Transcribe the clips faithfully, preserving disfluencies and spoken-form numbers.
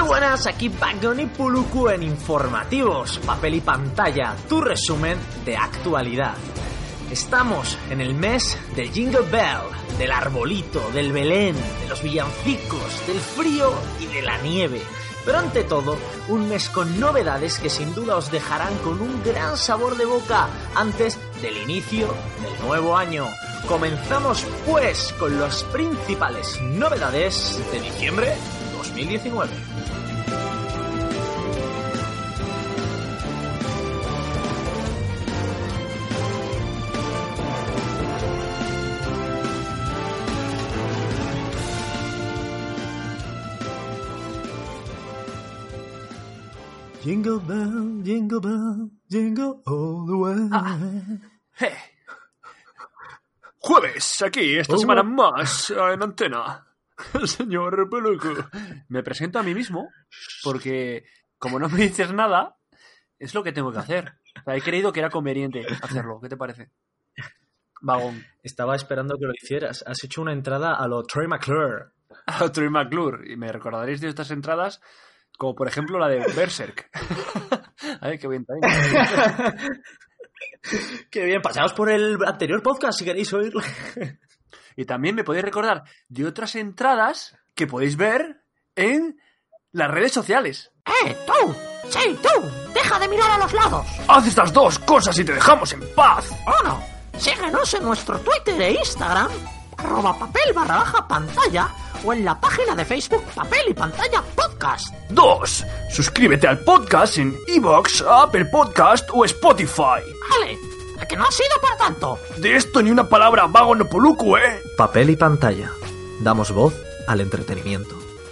buenas, aquí Bagon y Puluku en Informativos, Papel y Pantalla, tu resumen de actualidad. Estamos en el mes del Jingle Bell, del arbolito, del Belén, de los villancicos, del frío y de la nieve. Pero ante todo, un mes con novedades que sin duda os dejarán con un gran sabor de boca antes del inicio del nuevo año. Comenzamos pues con las principales novedades de diciembre dos mil diecinueve. Jingle bell, jingle bell, jingle all the way. Ah. Hey. Jueves, aquí, esta oh. semana más, en antena. Señor Puluku. Me presento a mí mismo, porque como no me dices nada, es lo que tengo que hacer. O sea, he creído que era conveniente hacerlo. ¿Qué te parece? Vagón. Estaba esperando que lo hicieras. Has hecho una entrada a lo Troy McClure. A lo Troy McClure. Y me recordaréis de estas entradas, como por ejemplo la de Berserk. A ver, qué bien también. Qué bien, pasaos por el anterior podcast si queréis oírlo. Y también me podéis recordar de otras entradas que podéis ver en las redes sociales. ¡Eh, tú! ¡Sí, tú! ¡Deja de mirar a los lados! ¡Haz estas dos cosas y te dejamos en paz! Uno, síguenos en nuestro Twitter e Instagram, arroba papel barra baja pantalla, o en la página de Facebook Papel y Pantalla Podcast. Dos, suscríbete al podcast en iVoox, Apple Podcast o Spotify. Vale, ¿a que no ha sido para tanto? De esto ni una palabra, vago no Puluku, ¿eh? Papel y Pantalla. Damos voz al entretenimiento.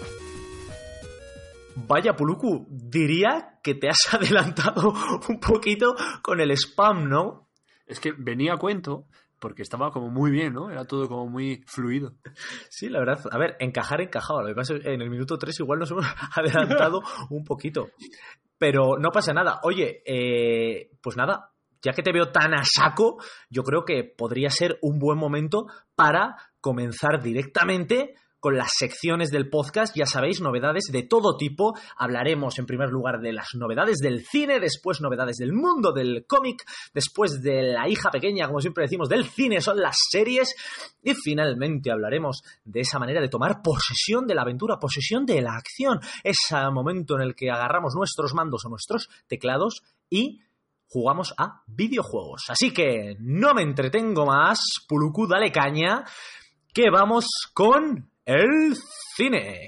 Vaya, Puluku, diría que te has adelantado un poquito con el spam, ¿no? Es que venía a cuento porque estaba como muy bien, ¿no? Era todo como muy fluido. Sí, la verdad. A ver, encajar encajaba. Lo que pasa es que en el minuto tres igual nos hemos adelantado un poquito. Pero no pasa nada. Oye, eh, pues nada, ya que te veo tan a saco, yo creo que podría ser un buen momento para comenzar directamente con las secciones del podcast. Ya sabéis, novedades de todo tipo. Hablaremos en primer lugar de las novedades del cine, después novedades del mundo del cómic, después de la hija pequeña, como siempre decimos, del cine, son las series, y finalmente hablaremos de esa manera de tomar posesión de la aventura, posesión de la acción, ese momento en el que agarramos nuestros mandos o nuestros teclados y jugamos a videojuegos. Así que no me entretengo más, Puluku, dale caña, que vamos con el cine.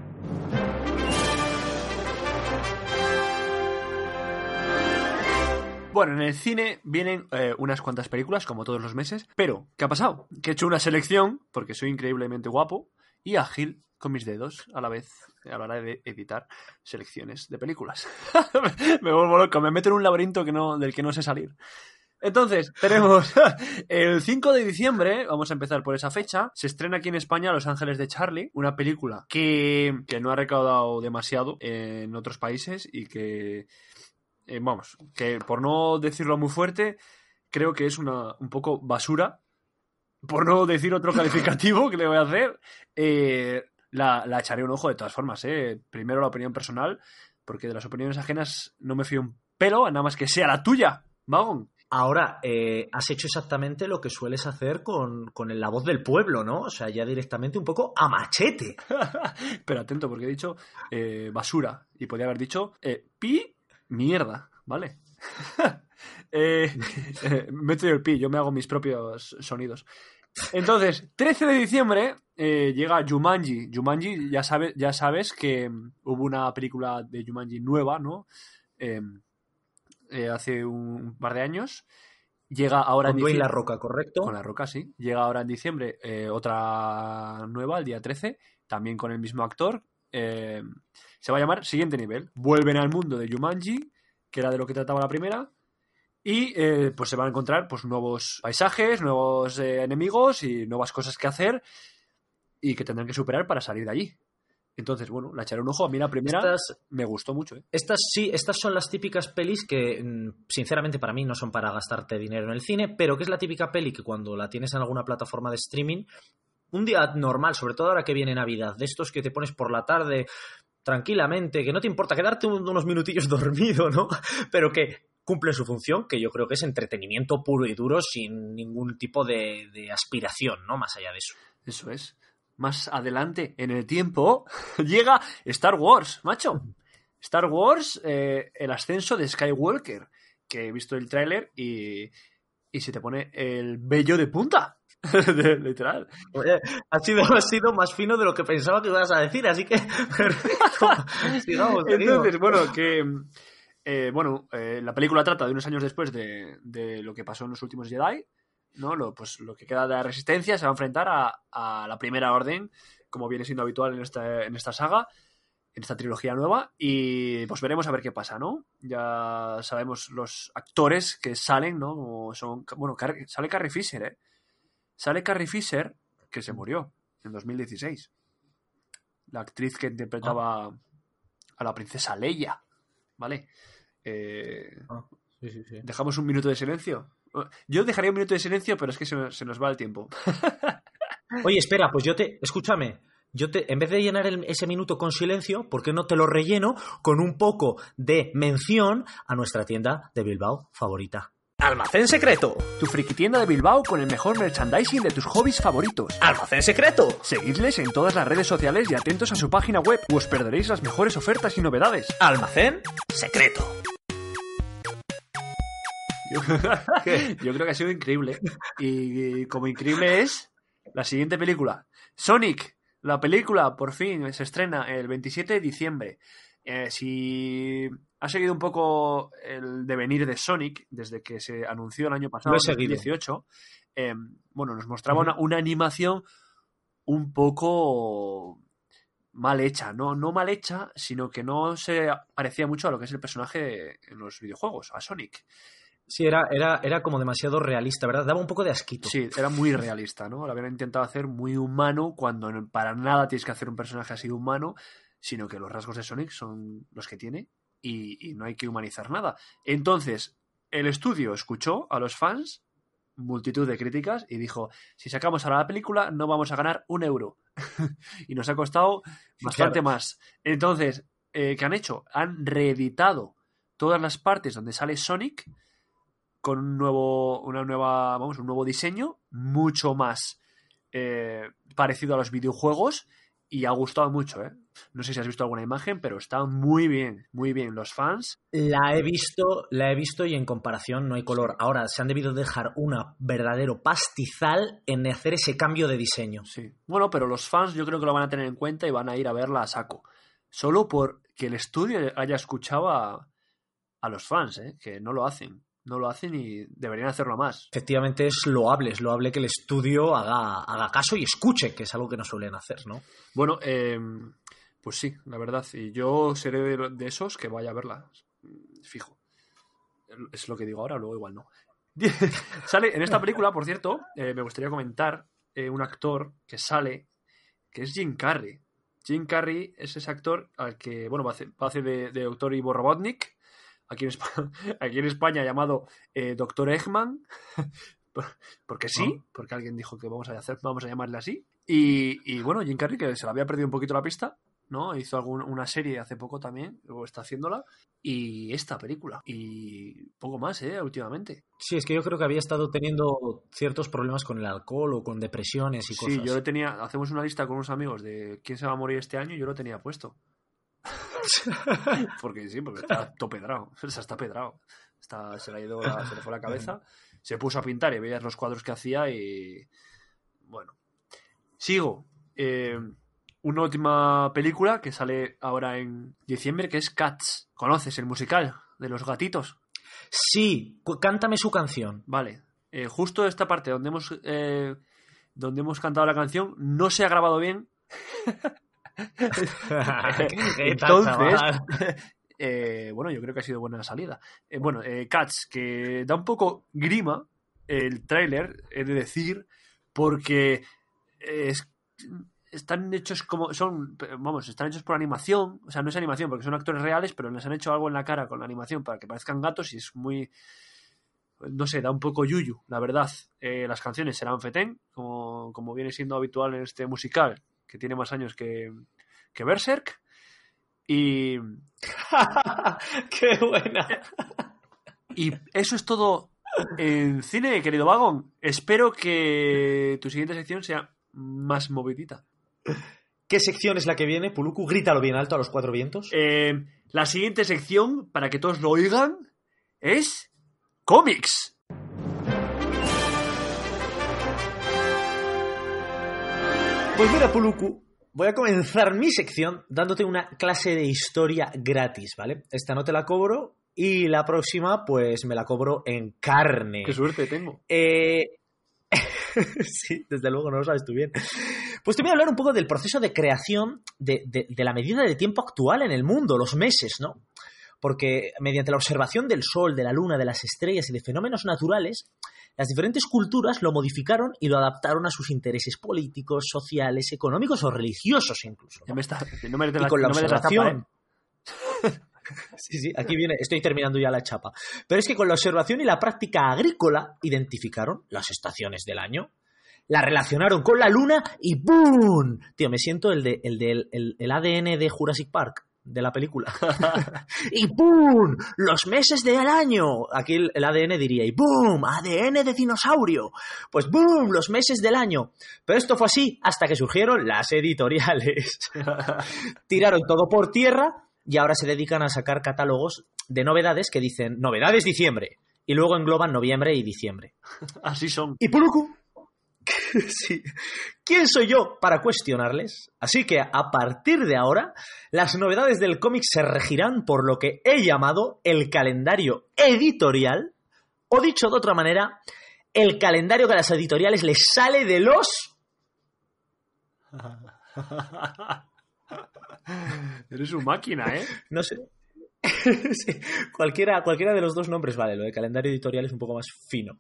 Bueno, en el cine vienen eh, unas cuantas películas, como todos los meses, pero ¿qué ha pasado? Que he hecho una selección, porque soy increíblemente guapo y ágil con mis dedos a la vez a la hora de editar selecciones de películas. Me vuelvo loco, me meto en un laberinto que no, del que no sé salir. Entonces, tenemos el cinco de diciembre, vamos a empezar por esa fecha, se estrena aquí en España Los Ángeles de Charlie, una película que, que no ha recaudado demasiado en otros países y que, eh, vamos, que por no decirlo muy fuerte, creo que es una un poco basura, por no decir otro calificativo que le voy a hacer. Eh, la, la echaré un ojo de todas formas, eh. Primero la opinión personal, porque de las opiniones ajenas no me fío un pelo, nada más que sea la tuya, Magón. Ahora, eh, has hecho exactamente lo que sueles hacer con, con La Voz del Pueblo, ¿no? O sea, ya directamente un poco a machete. Pero atento, porque he dicho eh, basura. Y podría haber dicho eh, pi, mierda, ¿vale? eh, eh, me he metido el pi, yo me hago mis propios sonidos. Entonces, trece de diciembre eh, llega Jumanji. Jumanji, ya, sabe, ya sabes que um, hubo una película de Jumanji nueva, ¿no? Eh, Eh, hace un par de años. Llega ahora con en Dwayne diciembre. La Roca, ¿correcto? Con La Roca, sí. Llega ahora en diciembre eh, otra nueva, el día trece, también con el mismo actor. Eh, se va a llamar Siguiente Nivel. Vuelven al mundo de Jumanji, que era de lo que trataba la primera. Y eh, pues se van a encontrar pues nuevos paisajes, nuevos eh, enemigos y nuevas cosas que hacer y que tendrán que superar para salir de allí. Entonces, bueno, la echaré un ojo. A mí la primera estas, me gustó mucho, ¿eh? Estas sí, estas son las típicas pelis que, sinceramente, para mí no son para gastarte dinero en el cine, pero que es la típica peli que cuando la tienes en alguna plataforma de streaming, un día normal, sobre todo ahora que viene Navidad, de estos que te pones por la tarde, tranquilamente, que no te importa quedarte unos minutillos dormido, ¿no? Pero que cumple su función, que yo creo que es entretenimiento puro y duro sin ningún tipo de, de aspiración, ¿no? Más allá de eso. Eso es. Más adelante en el tiempo llega Star Wars, macho. Star Wars, eh, el ascenso de Skywalker, que he visto el tráiler y, y se te pone el vello de punta. de, literal. Oye, ha sido, ha sido más fino de lo que pensaba que ibas a decir, así que perfecto. Sigamos, Entonces, bueno, que eh, bueno, eh, la película trata de unos años después de, de lo que pasó en los últimos Jedi, ¿no? Lo, pues lo que queda de la Resistencia se va a enfrentar a, a la Primera Orden, como viene siendo habitual en esta, en esta saga, en esta trilogía nueva, y pues veremos a ver qué pasa, ¿no? Ya sabemos los actores que salen, ¿no? Como son, bueno, Car- sale Carrie Fisher, ¿eh? Sale Carrie Fisher, que se murió en dos mil dieciséis. La actriz que interpretaba ah. a la princesa Leia, ¿vale? Eh, ah, sí, sí, sí. Dejamos un minuto de silencio. Yo dejaría un minuto de silencio, pero es que se nos, se nos va el tiempo. Oye, espera, pues yo te... Escúchame. Yo te, en vez de llenar el, ese minuto con silencio, ¿por qué no te lo relleno con un poco de mención a nuestra tienda de Bilbao favorita? Almacén Secreto, tu friki tienda de Bilbao con el mejor merchandising de tus hobbies favoritos. Almacén Secreto. Seguidles en todas las redes sociales y atentos a su página web, o os perderéis las mejores ofertas y novedades. Almacén Secreto. Yo, yo creo que ha sido increíble. Y como increíble es la siguiente película. Sonic, la película, por fin, se estrena el veintisiete de diciembre. Eh, si has seguido un poco el devenir de Sonic desde que se anunció el año pasado, en dos mil dieciocho, eh, bueno, nos mostraba uh-huh. una, una animación un poco mal hecha, no, no mal hecha, sino que no se parecía mucho a lo que es el personaje en los videojuegos, a Sonic. Sí, era, era, era como demasiado realista, ¿verdad? Daba un poco de asquito. Sí, era muy realista, ¿no? Lo habían intentado hacer muy humano cuando para nada tienes que hacer un personaje así humano, sino que los rasgos de Sonic son los que tiene y, y no hay que humanizar nada. Entonces, el estudio escuchó a los fans, multitud de críticas, y dijo, si sacamos ahora la película no vamos a ganar un euro. Y nos ha costado bastante claro. más. Entonces, eh, ¿qué han hecho? Han reeditado todas las partes donde sale Sonic con un nuevo, una nueva, vamos, un nuevo diseño, mucho más eh, parecido a los videojuegos, y ha gustado mucho, ¿eh? No sé si has visto alguna imagen, pero está muy bien, muy bien. Los fans... La he visto, la he visto y en comparación no hay color. Ahora, se han debido dejar un verdadero pastizal en hacer ese cambio de diseño. Sí. Bueno, pero los fans yo creo que lo van a tener en cuenta y van a ir a verla a saco. Solo porque el estudio haya escuchado a, a los fans, ¿eh? Que no lo hacen. No lo hacen y deberían hacerlo más. Efectivamente es loable, es loable que el estudio haga, haga caso y escuche, que es algo que no suelen hacer, ¿no? Bueno, eh, pues sí, la verdad. Y yo seré de, de esos que vaya a verla. Fijo. Es lo que digo ahora, luego igual no. Sale en esta película, por cierto, eh, me gustaría comentar eh, un actor que sale, que es Jim Carrey. Jim Carrey es ese actor al que, bueno, va a hacer, va a hacer de, de doctor Ivo Robotnik. Aquí en España, aquí en España llamado eh, doctor Eggman, porque sí, porque alguien dijo que vamos a hacer, vamos a llamarle así. Y, y bueno, Jim Carrey, que se le había perdido un poquito la pista, ¿no? Hizo algún, una serie hace poco también, o está haciéndola, y esta película. Y poco más, ¿eh? Últimamente. Sí, es que yo creo que había estado teniendo ciertos problemas con el alcohol o con depresiones y cosas. Sí, yo le tenía, hacemos una lista con unos amigos de quién se va a morir este año y yo lo tenía puesto. Porque sí, porque está todo pedrado. O sea, está pedrado. Está, se le ha ido la, se le fue la cabeza. Se puso a pintar y veías los cuadros que hacía y... Bueno. Sigo. Eh, una última película que sale ahora en diciembre, que es Cats. ¿Conoces el musical de los gatitos? Sí, cu- cántame su canción. Vale. Eh, justo esta parte donde hemos, eh, donde hemos cantado la canción no se ha grabado bien. Entonces, eh, bueno, yo creo que ha sido buena salida. Eh, bueno, eh, Cats, que da un poco grima el tráiler, he de decir, porque es, están hechos como son, vamos, están hechos por animación, o sea, no es animación porque son actores reales, pero les han hecho algo en la cara con la animación para que parezcan gatos y es muy, no sé, da un poco yuyu, la verdad. Eh, las canciones serán fetén, como, como viene siendo habitual en este musical, que tiene más años que, que Berserk. Y... ¡Qué buena! Y eso es todo en cine, querido Vagón. Espero que tu siguiente sección sea más movidita. ¿Qué sección es la que viene, Puluku? Grítalo bien alto a los cuatro vientos. Eh, la siguiente sección, para que todos lo oigan, es... ¡Cómics! Pues mira, Puluku, voy a comenzar mi sección dándote una clase de historia gratis, ¿vale? Esta no te la cobro y la próxima pues me la cobro en carne. ¡Qué suerte tengo! Eh... sí, desde luego, no lo sabes tú bien. Pues te voy a hablar un poco del proceso de creación de, de, de la medida de tiempo actual en el mundo, los meses, ¿no? Porque mediante la observación del Sol, de la Luna, de las estrellas y de fenómenos naturales, las diferentes culturas lo modificaron y lo adaptaron a sus intereses políticos, sociales, económicos o religiosos incluso, ¿no? Ya me está... No me Y la, con la no me des la observación... tapa, ¿eh? Sí, sí, aquí viene, estoy terminando ya la chapa. Pero es que con la observación y la práctica agrícola identificaron las estaciones del año, la relacionaron con la luna y ¡boom! Tío, me siento el de el, de, el, el A D N de Jurassic Park, de la película. Y ¡boom! Los meses del año. Aquí el, el A D N diría, y ¡boom! A D N de dinosaurio. Pues ¡boom! Los meses del año. Pero esto fue así hasta que surgieron las editoriales. Tiraron todo por tierra y ahora se dedican a sacar catálogos de novedades que dicen novedades diciembre y luego engloban noviembre y diciembre. Así son. Y Puluku, sí, ¿quién soy yo para cuestionarles? Así que a partir de ahora las novedades del cómic se regirán por lo que he llamado el calendario editorial, o dicho de otra manera, el calendario que a las editoriales les sale de los... Eres un máquina, ¿eh? No sé. Sí, cualquiera, cualquiera de los dos nombres vale. Lo de calendario editorial es un poco más fino.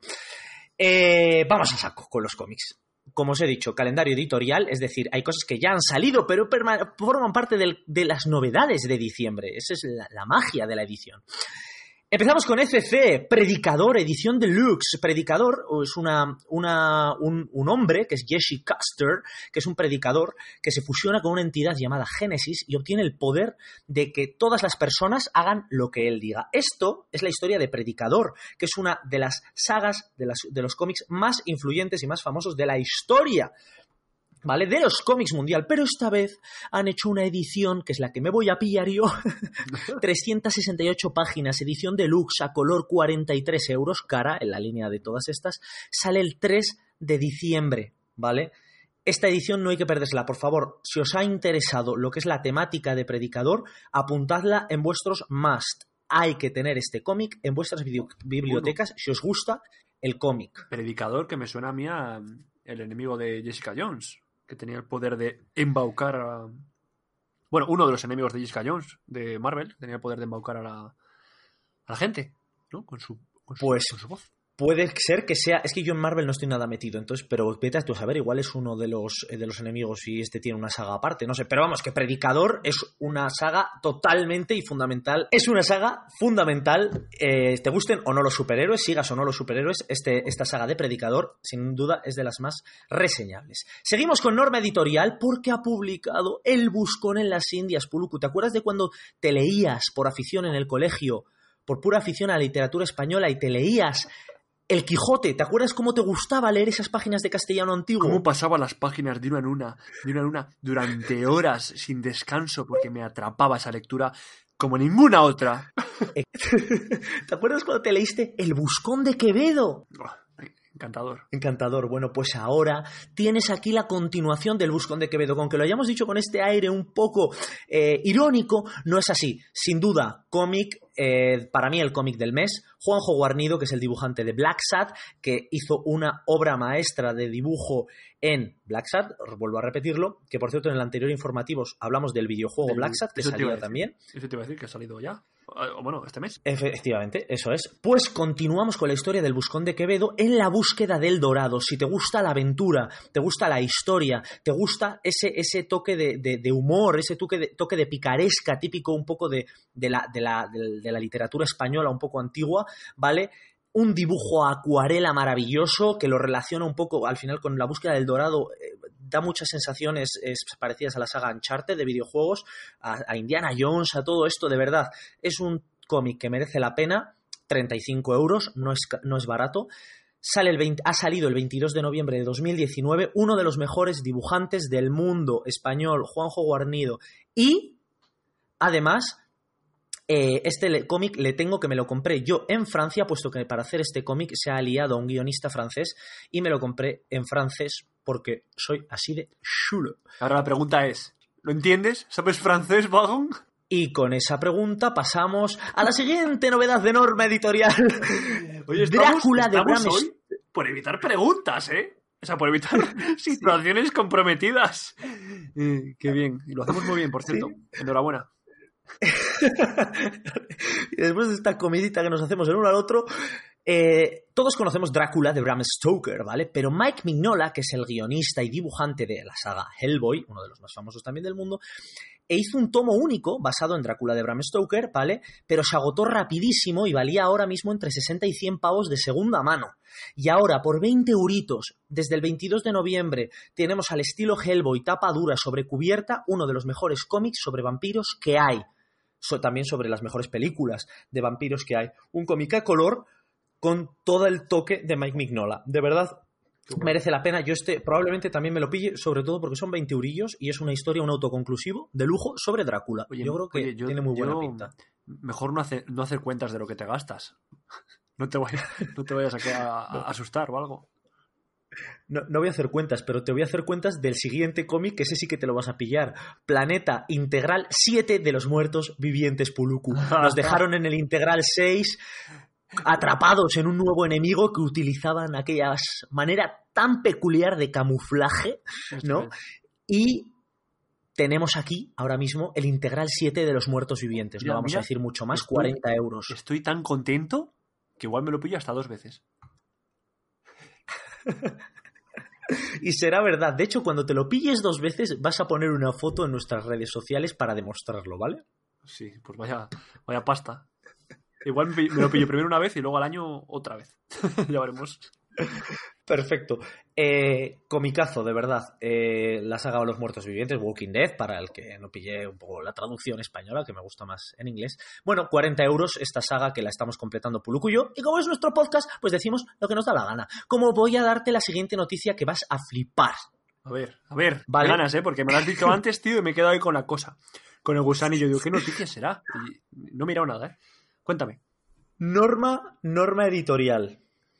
Eh, vamos a saco con los cómics. Como os he dicho, calendario editorial, es decir, hay cosas que ya han salido, pero perma- forman parte del, de las novedades de diciembre. Esa es la, la magia de la edición. Empezamos con F C, Predicador, edición deluxe. Predicador es una, una, un, un hombre, que es Jesse Custer, que es un predicador que se fusiona con una entidad llamada Génesis y obtiene el poder de que todas las personas hagan lo que él diga. Esto es la historia de Predicador, que es una de las sagas de, las, de los cómics más influyentes y más famosos de la historia, ¿vale? De los cómics mundial, pero esta vez han hecho una edición, que es la que me voy a pillar yo, trescientas sesenta y ocho páginas, edición deluxe a color cuarenta y tres euros, cara en la línea de todas estas, sale el tres de diciembre, ¿vale? Esta edición no hay que perdérsela, por favor, si os ha interesado lo que es la temática de Predicador, apuntadla en vuestros must. Hay que tener este cómic en vuestras video- bibliotecas bueno. Si os gusta el cómic. Predicador, que me suena a mí a el enemigo de Jessica Jones, que tenía el poder de embaucar a... Bueno, uno de los enemigos de Jessica Jones, de Marvel, tenía el poder de embaucar a la, a la gente, ¿no? Con su, con su, pues, con su voz. Puede ser que sea... Es que yo en Marvel no estoy nada metido, entonces, pero vete a tú a saber, igual es uno de los, de los enemigos y este tiene una saga aparte, no sé. Pero vamos, que Predicador es una saga totalmente y fundamental. Es una saga fundamental, eh, te gusten o no los superhéroes, sigas o no los superhéroes, este, esta saga de Predicador, sin duda, es de las más reseñables. Seguimos con Norma Editorial porque ha publicado El Buscón en las Indias, Puluku. ¿Te acuerdas de cuando te leías por afición en el colegio, por pura afición a la literatura española y te leías El Quijote? ¿Te acuerdas cómo te gustaba leer esas páginas de castellano antiguo? ¿Cómo pasaba las páginas de una en una, de una en una, durante horas sin descanso? Porque me atrapaba esa lectura como ninguna otra. ¿Te acuerdas cuando te leíste El Buscón de Quevedo? Oh, encantador. Encantador. Bueno, pues ahora tienes aquí la continuación del Buscón de Quevedo. Con que lo hayamos dicho con este aire un poco eh, irónico, no es así. Sin duda, cómic, eh, para mí el cómic del mes. Juanjo Guarnido, que es el dibujante de Black Sad, que hizo una obra maestra de dibujo en Black Sad, vuelvo a repetirlo, que por cierto en el anterior informativos hablamos del videojuego del, Black Sad, que salía también. Eso te iba a decir que ha salido ya, o bueno, este mes. Efectivamente, eso es. Pues continuamos con la historia del Buscón de Quevedo en la búsqueda del dorado. Si te gusta la aventura, te gusta la historia, te gusta ese, ese toque de, de, de humor, ese toque de, toque de picaresca típico un poco de, de, la, de, la, de, de la literatura española un poco antigua, ¿vale? Un dibujo acuarela maravilloso que lo relaciona un poco al final con la búsqueda del dorado, da muchas sensaciones es, parecidas a la saga Uncharted de videojuegos, a, a Indiana Jones, a todo esto, de verdad. Es un cómic que merece la pena, treinta y cinco euros, no es, no es barato. Sale el veinte, ha salido el veintidós de noviembre de dos mil diecinueve, uno de los mejores dibujantes del mundo español, Juanjo Guarnido. Y, además, eh, este le, cómic le tengo que me lo compré yo en Francia, puesto que para hacer este cómic se ha aliado a un guionista francés, y me lo compré en francés porque soy así de chulo. Ahora la pregunta es, ¿lo entiendes? ¿Sabes francés, vagón? Y con esa pregunta pasamos a la siguiente novedad de Norma Editorial. Oye, estamos, Drácula de estamos Bram hoy por evitar preguntas, ¿eh? O sea, por evitar situaciones comprometidas. Eh, qué bien. Y lo hacemos muy bien, por cierto. ¿Sí? Enhorabuena. Y después de esta comidita que nos hacemos el uno al otro, eh, todos conocemos Drácula de Bram Stoker, ¿vale? Pero Mike Mignola, que es el guionista y dibujante de la saga Hellboy, uno de los más famosos también del mundo, e hizo un tomo único basado en Drácula de Bram Stoker, ¿vale? Pero se agotó rapidísimo y valía ahora mismo entre sesenta y cien pavos de segunda mano. Y ahora, por veinte euritos, desde el veintidós de noviembre, tenemos al estilo Hellboy, tapa dura sobre cubierta, uno de los mejores cómics sobre vampiros que hay. So, también sobre las mejores películas de vampiros que hay. Un cómic a color con todo el toque de Mike Mignola. De verdad, merece la pena. Yo este probablemente también me lo pille, sobre todo porque son veinte eurillos y es una historia, un autoconclusivo de lujo sobre Drácula. Oye, yo creo que oye, yo, tiene muy buena pinta. Mejor no, hace, no hacer cuentas de lo que te gastas. No te vayas, no te vayas a, a, a asustar o algo. No, no voy a hacer cuentas, pero te voy a hacer cuentas del siguiente cómic, que ese sí que te lo vas a pillar. Planeta Integral siete de los muertos vivientes Puluku. Nos dejaron en el Integral seis atrapados en un nuevo enemigo que utilizaban aquella manera tan peculiar de camuflaje, ¿no? Y tenemos aquí, ahora mismo, el Integral siete de los muertos vivientes. Mira, no vamos mira, a decir mucho más, estoy, cuarenta euros. Estoy tan contento que igual me lo pillo hasta dos veces. Y será verdad. De hecho, cuando te lo pilles dos veces, vas a poner una foto en nuestras redes sociales para demostrarlo, ¿vale? Sí, pues vaya, vaya pasta. Igual me lo pillo primero una vez y luego al año otra vez. Ya veremos. Perfecto. Eh, comicazo, de verdad. Eh, la saga de los muertos vivientes, Walking Dead, para el que no pille un poco la traducción española, que me gusta más en inglés. Bueno, cuarenta euros esta saga que la estamos completando Puluku y yo. Y como es nuestro podcast, pues decimos lo que nos da la gana. Como voy a darte la siguiente noticia que vas a flipar. A ver, a ver, ¿vale? Ganas, ¿eh? Porque me lo has dicho antes, tío, y me he quedado ahí con la cosa. Con el gusanillo. Digo, ¿qué noticia será? Y no he mirado nada, ¿eh? Cuéntame. Norma, norma editorial.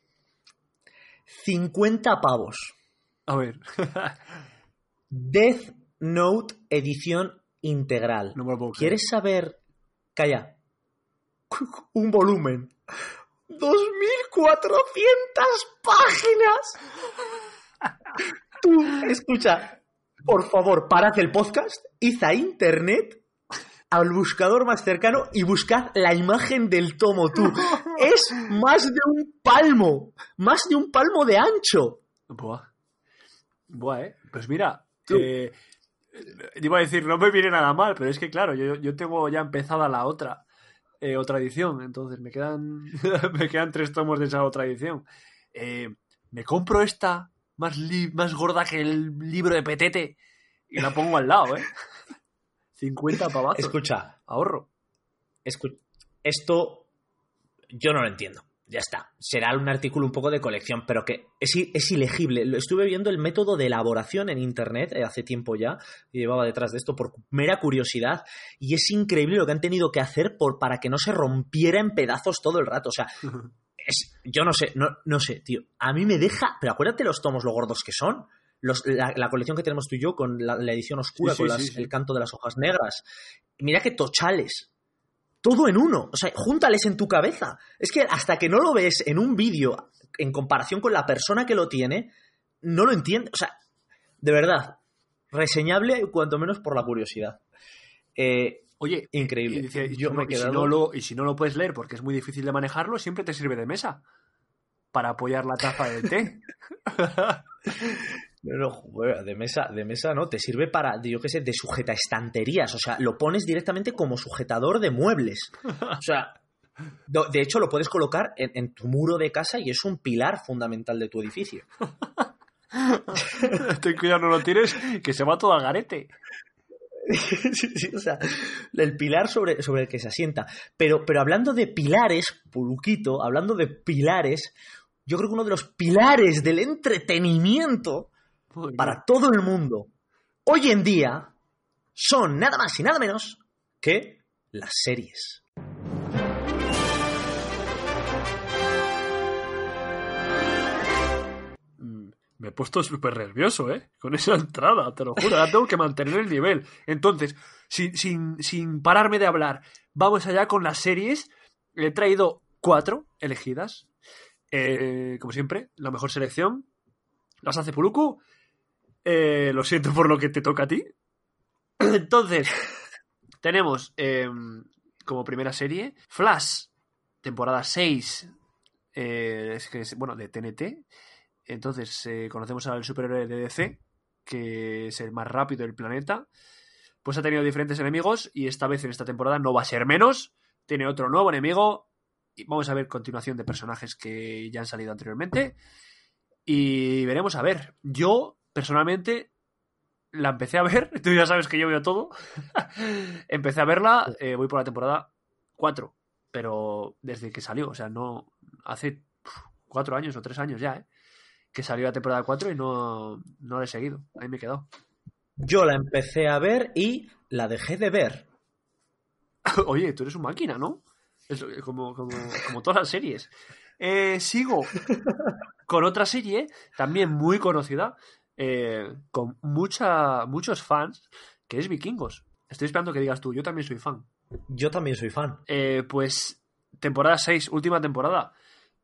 cincuenta pavos. A ver. Death Note edición integral. No me lo puedo creer. ¿Quieres saber? Calla. Un volumen. dos mil cuatrocientas páginas. Tú, escucha. Por favor, parad el podcast, id a internet, al buscador más cercano y buscad la imagen del tomo, tú. Es más de un palmo. Más de un palmo de ancho. Buah. Buah, ¿eh? Pues mira, eh, iba a decir, no me viene nada mal, pero es que claro, yo, yo tengo ya empezada la otra, eh, otra edición, entonces me quedan, me quedan tres tomos de esa otra edición. Eh, me compro esta más, li- más gorda que el libro de Petete y la pongo al lado, ¿eh? cincuenta pavazos. Escucha. Ahorro. Escu- esto yo no lo entiendo. Ya está. Será un artículo un poco de colección, pero que es, es ilegible. Lo estuve viendo el método de elaboración en internet eh, hace tiempo ya, y llevaba detrás de esto por mera curiosidad, y es increíble lo que han tenido que hacer por, para que no se rompiera en pedazos todo el rato. O sea, es, yo no sé, no, no sé, tío. A mí me deja... Pero acuérdate los tomos, lo gordos que son. Los, la, la colección que tenemos tú y yo con la, la edición oscura, sí, con sí, las, sí, sí. el canto de las hojas negras. Mira qué tochales. Todo en uno. O sea, júntales en tu cabeza. Es que hasta que no lo ves en un vídeo en comparación con la persona que lo tiene, no lo entiendes. O sea, de verdad, reseñable cuanto menos por la curiosidad. Eh, Oye, increíble. Y, dice, y, yo si me no, he quedado... y, si no lo, y si no lo puedes leer porque es muy difícil de manejarlo, siempre te sirve de mesa para apoyar la taza del té. No, no, de mesa, de mesa no, te sirve para, yo qué sé, de sujeta estanterías, o sea, lo pones directamente como sujetador de muebles. O sea, de hecho lo puedes colocar en, en tu muro de casa y es un pilar fundamental de tu edificio. Ten cuidado, no lo tires, que se va todo al garete. Sí, sí, o sea, el pilar sobre, sobre el que se asienta. Pero, pero hablando de pilares, Puluquito, hablando de pilares, yo creo que uno de los pilares del entretenimiento Joder, para todo el mundo hoy en día son nada más y nada menos que las series. Me he puesto súper nervioso, ¿eh? Con esa entrada, te lo juro. Ahora tengo que mantener el nivel. Entonces, sin, sin, sin pararme de hablar, vamos allá con las series. He traído cuatro elegidas. Eh, como siempre, la mejor selección las hace Puluku. Eh, lo siento por lo que te toca a ti. Entonces, tenemos eh, como primera serie Flash, temporada seis, eh, es que es, bueno, de T N T. Entonces, eh, conocemos al superhéroe de D C, que es el más rápido del planeta. Pues ha tenido diferentes enemigos y esta vez en esta temporada no va a ser menos. Tiene otro nuevo enemigo y vamos a ver continuación de personajes que ya han salido anteriormente. Y veremos a ver. Yo, personalmente, la empecé a ver. Tú ya sabes que yo veo todo. Empecé a verla, eh, voy por la temporada cuatro. Pero desde que salió, o sea, no... Hace cuatro años o tres años ya, ¿eh? Que salió la temporada cuatro y no, no la he seguido. Ahí me he quedado. Yo la empecé a ver y la dejé de ver. Oye, tú eres un máquina, ¿no? Es como, como, como todas las series. Eh, sigo con otra serie, también muy conocida, eh, con mucha, muchos fans, que es Vikingos. Estoy esperando que digas tú, yo también soy fan. Yo también soy fan. Eh, pues, temporada seis, última temporada.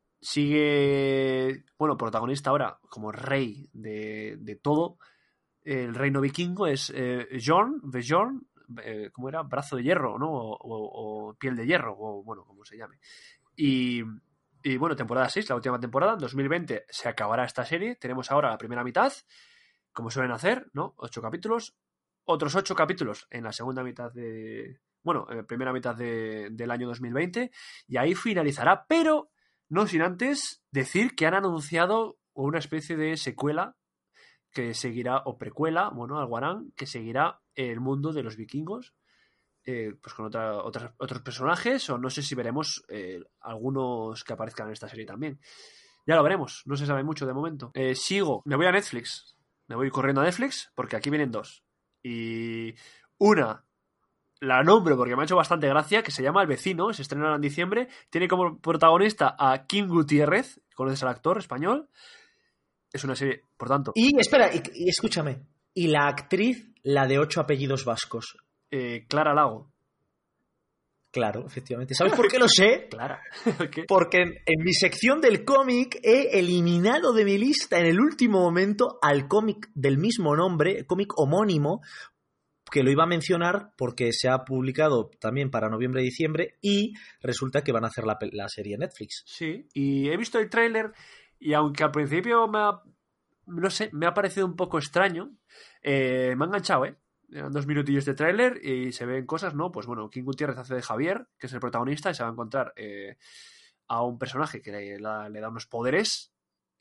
Sigue, bueno, protagonista ahora como rey de, de todo el reino vikingo es eh, Bjorn, Bjorn, eh, ¿cómo era? Brazo de hierro, ¿no? O, o, o piel de hierro, o bueno, como se llame. Y, y bueno, temporada seis, la última temporada, en dos mil veinte se acabará esta serie. Tenemos ahora la primera mitad, como suelen hacer, ¿no? Ocho capítulos, otros ocho capítulos en la segunda mitad de... Bueno, en la primera mitad de, del año dos mil veinte, y ahí finalizará, pero... No sin antes decir que han anunciado una especie de secuela que seguirá, o precuela, bueno, algo harán, que seguirá el mundo de los vikingos, eh, pues con otra, otras, otros personajes, o no sé si veremos eh, algunos que aparezcan en esta serie también. Ya lo veremos, no se sabe mucho de momento. Eh, sigo, me voy a Netflix, me voy corriendo a Netflix, porque aquí vienen dos. Y una... La nombro porque me ha hecho bastante gracia, que se llama El Vecino, se estrenará en diciembre. Tiene como protagonista a Kim Gutiérrez, ¿conoces al actor español? Es una serie, por tanto... Y espera, y, y escúchame, y la actriz, la de ocho apellidos vascos. Eh, Clara Lago. Claro, efectivamente. ¿Sabes por qué lo sé? Clara. ¿Qué? Porque en, en mi sección del cómic he eliminado de mi lista en el último momento al cómic del mismo nombre, cómic homónimo, que lo iba a mencionar porque se ha publicado también para noviembre y diciembre y resulta que van a hacer la, la serie en Netflix. Sí, y he visto el tráiler y aunque al principio me ha, no sé, me ha parecido un poco extraño, eh, me ha enganchado, ¿eh? Eran dos minutillos de tráiler y se ven cosas, ¿no? Pues bueno, Kim Gutiérrez hace de Javier, que es el protagonista, y se va a encontrar eh, a un personaje que le, la, le da unos poderes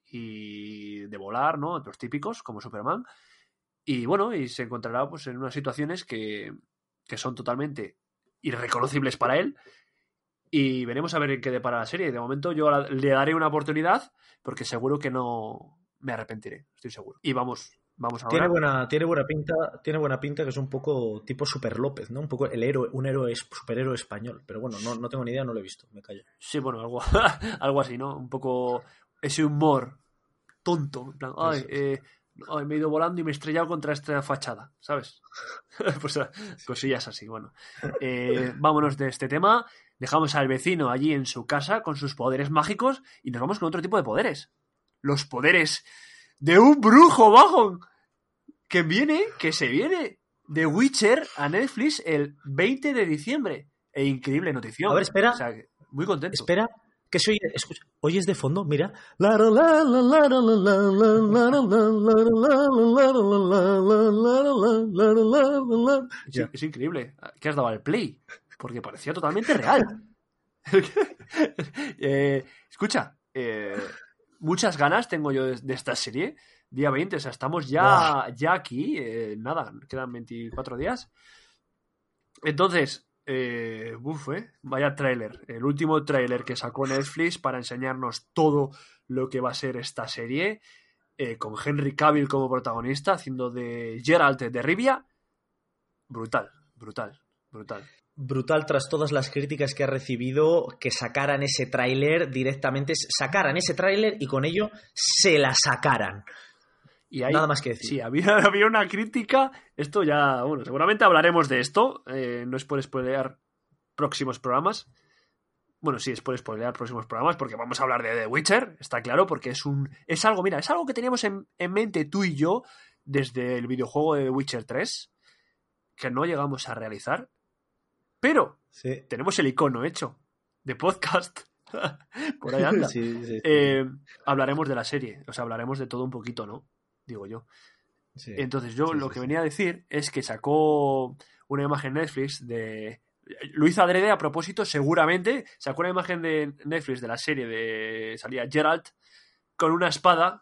y de volar, ¿no? Los típicos, como Superman. Y bueno, y se encontrará pues en unas situaciones que, que son totalmente irreconocibles para él. Y veremos a ver en qué depara la serie. De momento yo la, le daré una oportunidad porque seguro que no me arrepentiré, estoy seguro. Y vamos, vamos ahora. Tiene buena, tiene buena pinta, tiene buena pinta que es un poco tipo Super López, ¿no? Un poco el héroe, un héroe superhéroe español. Pero bueno, no, no tengo ni idea, no lo he visto, me callo. Sí, bueno, algo, algo así, ¿no? Un poco ese humor tonto. En plan, ay, eh, Ay, me he ido volando y me he estrellado contra esta fachada, ¿sabes? Pues cosillas así, bueno. Eh, vámonos de este tema. Dejamos al vecino allí en su casa con sus poderes mágicos y nos vamos con otro tipo de poderes. Los poderes de un brujo bajo que viene, que se viene de Witcher a Netflix el veinte de diciembre. E increíble notición. A ver, espera. O sea, muy contento. Espera. Que se oye, escucha, oyes de fondo, mira. Sí, es increíble. ¿Qué has dado al play? Porque parecía totalmente real. eh, escucha, eh, muchas ganas tengo yo de, de esta serie. día veinte, o sea, estamos ya, ya aquí, eh, nada, quedan veinticuatro días. Entonces, eh, uf, eh, vaya tráiler, el último tráiler que sacó Netflix para enseñarnos todo lo que va a ser esta serie, eh, con Henry Cavill como protagonista, haciendo de Geralt de Rivia. Brutal, brutal, brutal. Brutal tras todas las críticas que ha recibido, que sacaran ese tráiler directamente, sacaran ese tráiler y con ello se la sacaran. Y hay, nada más que decir. Sí, había, había una crítica, esto ya, bueno, seguramente hablaremos de esto, eh, no es por spoilear próximos programas. Bueno, sí, es por spoilear próximos programas, porque vamos a hablar de The Witcher, está claro, porque es un es algo, mira, es algo que teníamos en, en mente tú y yo desde el videojuego de The Witcher tres, que no llegamos a realizar, pero sí. Tenemos el icono hecho de podcast. Por ahí anda. Sí, sí, sí. Eh, hablaremos de la serie, o sea, hablaremos de todo un poquito, ¿no? Digo yo. Sí. Entonces yo sí, lo sí, que venía sí. a decir es que sacó una imagen Netflix de... Lo hizo adrede a propósito, seguramente. Sacó una imagen de Netflix de la serie de... Salía Geralt con una espada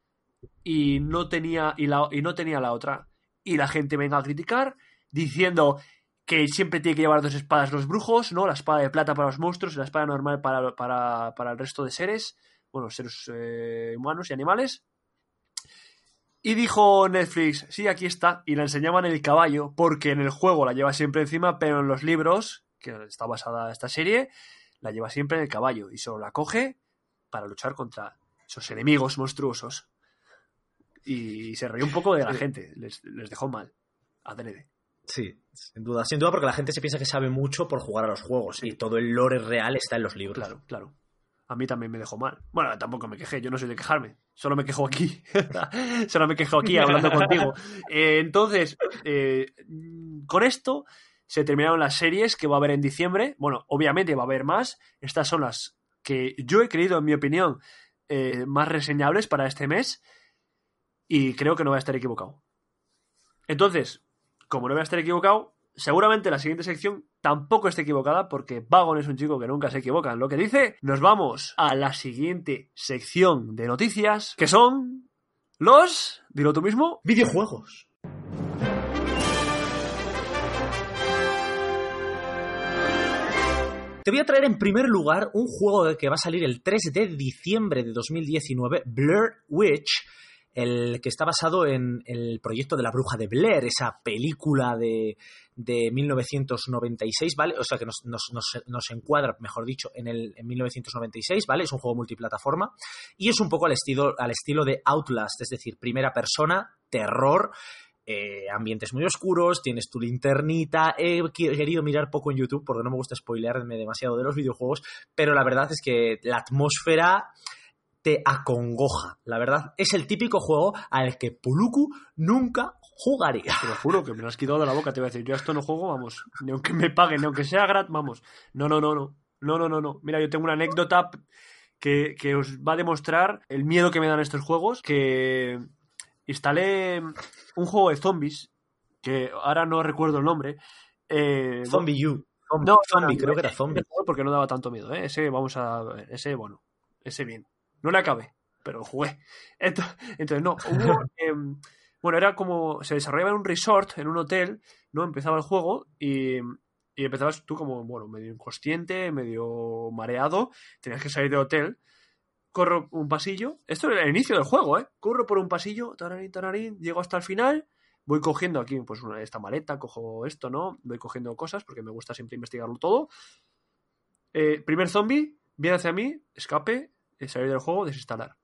y no tenía, y la, y no tenía la otra. Y la gente venga a criticar diciendo que siempre tiene que llevar dos espadas los brujos, ¿no? La espada de plata para los monstruos y la espada normal para, para, para el resto de seres. Bueno, seres eh, humanos y animales. Y dijo Netflix, sí, aquí está, y le enseñaban el caballo, porque en el juego la lleva siempre encima, pero en los libros, que está basada esta serie, la lleva siempre en el caballo, y solo la coge para luchar contra esos enemigos monstruosos. Y se reía un poco de la gente, les, les dejó mal, adrede. Sí, sin duda, sin duda, porque la gente se piensa que sabe mucho por jugar a los juegos, sí. Y todo el lore real está en los libros. Claro, claro. A mí también me dejó mal. Bueno, tampoco me quejé, yo no soy de quejarme. Solo me quejo aquí. Solo me quejo aquí hablando contigo. Eh, entonces, eh, con esto se terminaron las series que va a haber en diciembre. Bueno, obviamente va a haber más. Estas son las que yo he creído, en mi opinión, eh, más reseñables para este mes. Y creo que no voy a estar equivocado. Entonces, como no voy a estar equivocado, seguramente la siguiente sección tampoco esté equivocada, porque Vagon es un chico que nunca se equivoca en lo que dice. Nos vamos a la siguiente sección de noticias, que son los... Dilo tú mismo. Videojuegos. Te voy a traer en primer lugar un juego que va a salir el tres de diciembre de dos mil diecinueve, Blair Witch, el que está basado en el proyecto de la bruja de Blair, esa película de, de mil novecientos noventa y seis, ¿vale? O sea, que nos, nos, nos, nos encuadra, mejor dicho, en, el, en mil novecientos noventa y seis, ¿vale? Es un juego multiplataforma y es un poco al estilo, al estilo de Outlast, es decir, primera persona, terror, eh, ambientes muy oscuros, tienes tu linternita. He querido mirar poco en YouTube porque no me gusta spoilearme demasiado de los videojuegos, pero la verdad es que la atmósfera te acongoja, la verdad. Es el típico juego al que Puluku nunca jugaría. Te lo juro que me lo has quitado de la boca. Te voy a decir, yo a esto no juego, vamos, ni aunque me paguen, ni aunque sea gratis, vamos. No, no, no, no. No, no, no, no. Mira, yo tengo una anécdota que, que os va a demostrar el miedo que me dan estos juegos. Que instalé un juego de zombies, que ahora no recuerdo el nombre. Eh, Zombie U. Zombie, no, Zombie, creo que era Zombie. Porque no daba tanto miedo, ¿eh? Ese, vamos a ver, ese, bueno, ese bien. No le acabé, pero jugué. Entonces, entonces no. Hubo, eh, bueno, era como... Se desarrollaba en un resort, en un hotel, ¿no? Empezaba el juego y, y empezabas tú como, bueno, medio inconsciente, medio mareado. Tenías que salir del hotel. Corro un pasillo. Esto era el inicio del juego, ¿eh? Corro por un pasillo, tararín, tararín. Llego hasta el final. Voy cogiendo aquí, pues, una, esta maleta. Cojo esto, ¿no? Voy cogiendo cosas porque me gusta siempre investigarlo todo. Eh, primer zombie, viene hacia mí, escape... salir del juego, desinstalar.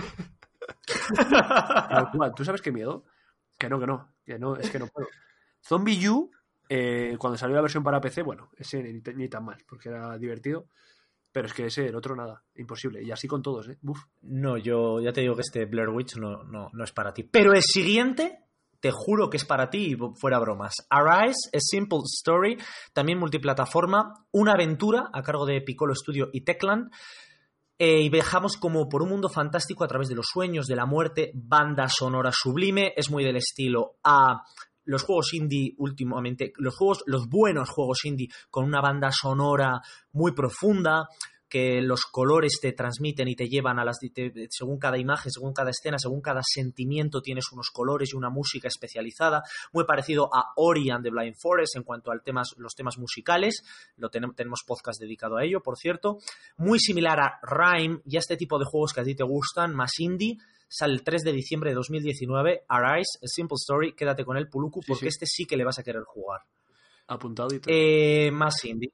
¿Tú sabes qué miedo? Que no, que no, que no, es que no puedo. Zombie U, eh, cuando salió la versión para P C, bueno, ese ni, ni tan mal, porque era divertido, pero es que ese, el otro nada, imposible. Y así con todos, ¿eh? Uf. No, yo ya te digo que este Blair Witch no, no, no es para ti. Pero el siguiente, te juro que es para ti y fuera bromas. Arise, A Simple Story, también multiplataforma, una aventura a cargo de Piccolo Studio y Techland. Eh, y viajamos como por un mundo fantástico a través de los sueños, de la muerte, banda sonora sublime, es muy del estilo a los juegos indie últimamente, los juegos, los buenos juegos indie con una banda sonora muy profunda, que los colores te transmiten y te llevan a las... Te, según cada imagen, según cada escena, según cada sentimiento tienes unos colores y una música especializada, muy parecido a Ori and the Blind Forest en cuanto a temas, los temas musicales, lo tenemos, tenemos podcast dedicado a ello, por cierto, muy similar a Rime y a este tipo de juegos que a ti te gustan, más indie. Sale el tres de diciembre de dos mil diecinueve, Arise, A Simple Story, quédate con él, Puluku, porque sí, sí. este sí que le vas a querer jugar. Apuntado y todo. Eh, más indie.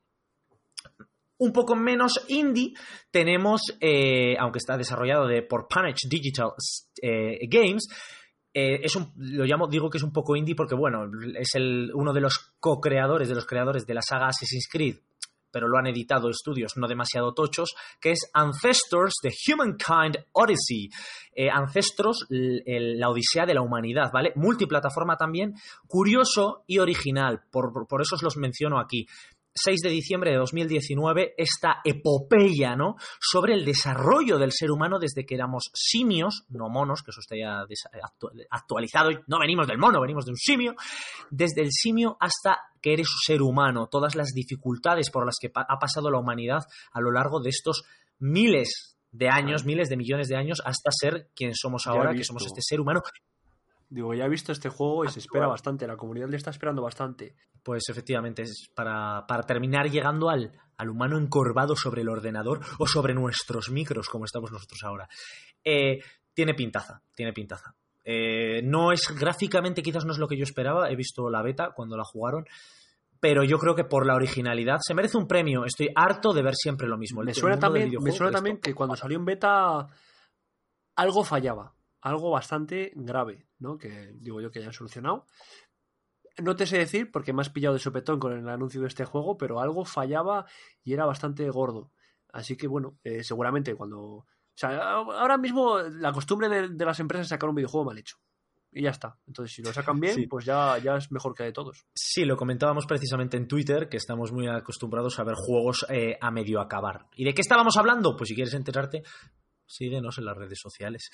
Un poco menos indie tenemos, eh, aunque está desarrollado de, por Punch Digital eh, Games, eh, es un, lo llamo, digo que es un poco indie porque, bueno, es el, uno de los co-creadores, de los creadores de la saga Assassin's Creed, pero lo han editado estudios no demasiado tochos, que es Ancestors, The Humankind Odyssey. Eh, Ancestros, l- l- la odisea de la humanidad, ¿vale? Multiplataforma también, curioso y original, por, por, por eso os los menciono aquí. seis de diciembre de dos mil diecinueve, esta epopeya, ¿no?, sobre el desarrollo del ser humano desde que éramos simios, no monos, que eso está ya actualizado, no venimos del mono, venimos de un simio, desde el simio hasta que eres ser humano, todas las dificultades por las que pa- ha pasado la humanidad a lo largo de estos miles de años, miles de millones de años, hasta ser quien somos ahora, que somos este ser humano. Digo, ya he visto este juego y se espera bastante, la comunidad le está esperando bastante. Pues efectivamente, es para, para terminar llegando al, al humano encorvado sobre el ordenador o sobre nuestros micros, como estamos nosotros ahora. Eh, tiene pintaza, tiene pintaza. Eh, no es gráficamente, quizás no es lo que yo esperaba, he visto la beta cuando la jugaron, pero yo creo que por la originalidad se merece un premio. Estoy harto de ver siempre lo mismo. Me suena también, me suena también que cuando salió en beta algo fallaba. Algo bastante grave, ¿no? Que digo yo que ya han solucionado. No te sé decir porque me has pillado de sopetón con el anuncio de este juego, pero algo fallaba y era bastante gordo. Así que bueno, eh, seguramente cuando... O sea, ahora mismo la costumbre de, de las empresas es sacar un videojuego mal hecho. Y ya está. Entonces, si lo sacan bien, sí. pues ya, ya es mejor que de todos. Sí, lo comentábamos precisamente en Twitter, que estamos muy acostumbrados a ver juegos eh, a medio acabar. ¿Y de qué estábamos hablando? Pues si quieres enterarte, síguenos en las redes sociales.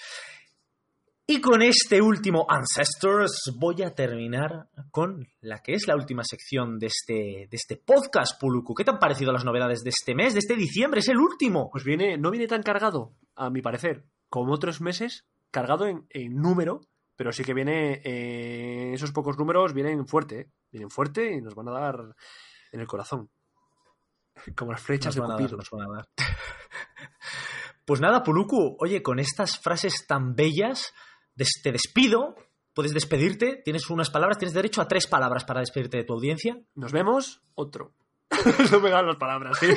Y con este último Ancestors voy a terminar con la que es la última sección de este, de este podcast, Puluku. ¿Qué te han parecido las novedades de este mes, de este diciembre? Es el último. Pues viene, no viene tan cargado, a mi parecer, como otros meses, cargado en, en número, pero sí que viene, eh, esos pocos números vienen fuerte, ¿eh? Vienen fuerte y nos van a dar en el corazón. Como las flechas de Cupido. Nos van a dar. Pues nada, Puluku, oye, con estas frases tan bellas... Te despido, puedes despedirte, tienes unas palabras, tienes derecho a tres palabras para despedirte de tu audiencia. Nos vemos, otro. No me dan las palabras, ¿sí?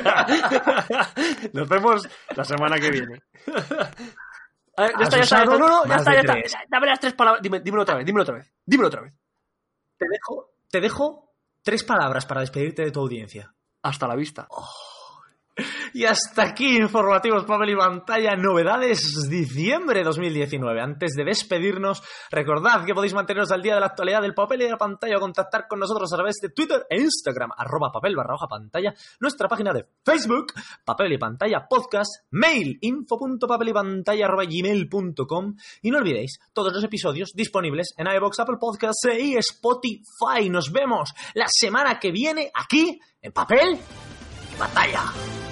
Nos vemos la semana que viene. A ver, ya está, ya está, no, no, no, ya está, ya está. Tres. Dame las tres palabras, Dime, dímelo otra vez, dímelo otra vez, dímelo otra vez. Te dejo, te dejo tres palabras para despedirte de tu audiencia. Hasta la vista. Oh. Y hasta aquí informativos papel y pantalla, novedades diciembre dos mil diecinueve. Antes de despedirnos, recordad que podéis manteneros al día de la actualidad del papel y de la pantalla o contactar con nosotros a través de Twitter e Instagram, arroba papel barra hoja pantalla, nuestra página de Facebook, papel y pantalla podcast, mail, info punto papel y pantalla arroba gmail punto com, y no olvidéis todos los episodios disponibles en iVoox, Apple Podcasts y Spotify. Nos vemos la semana que viene aquí en papel y pantalla.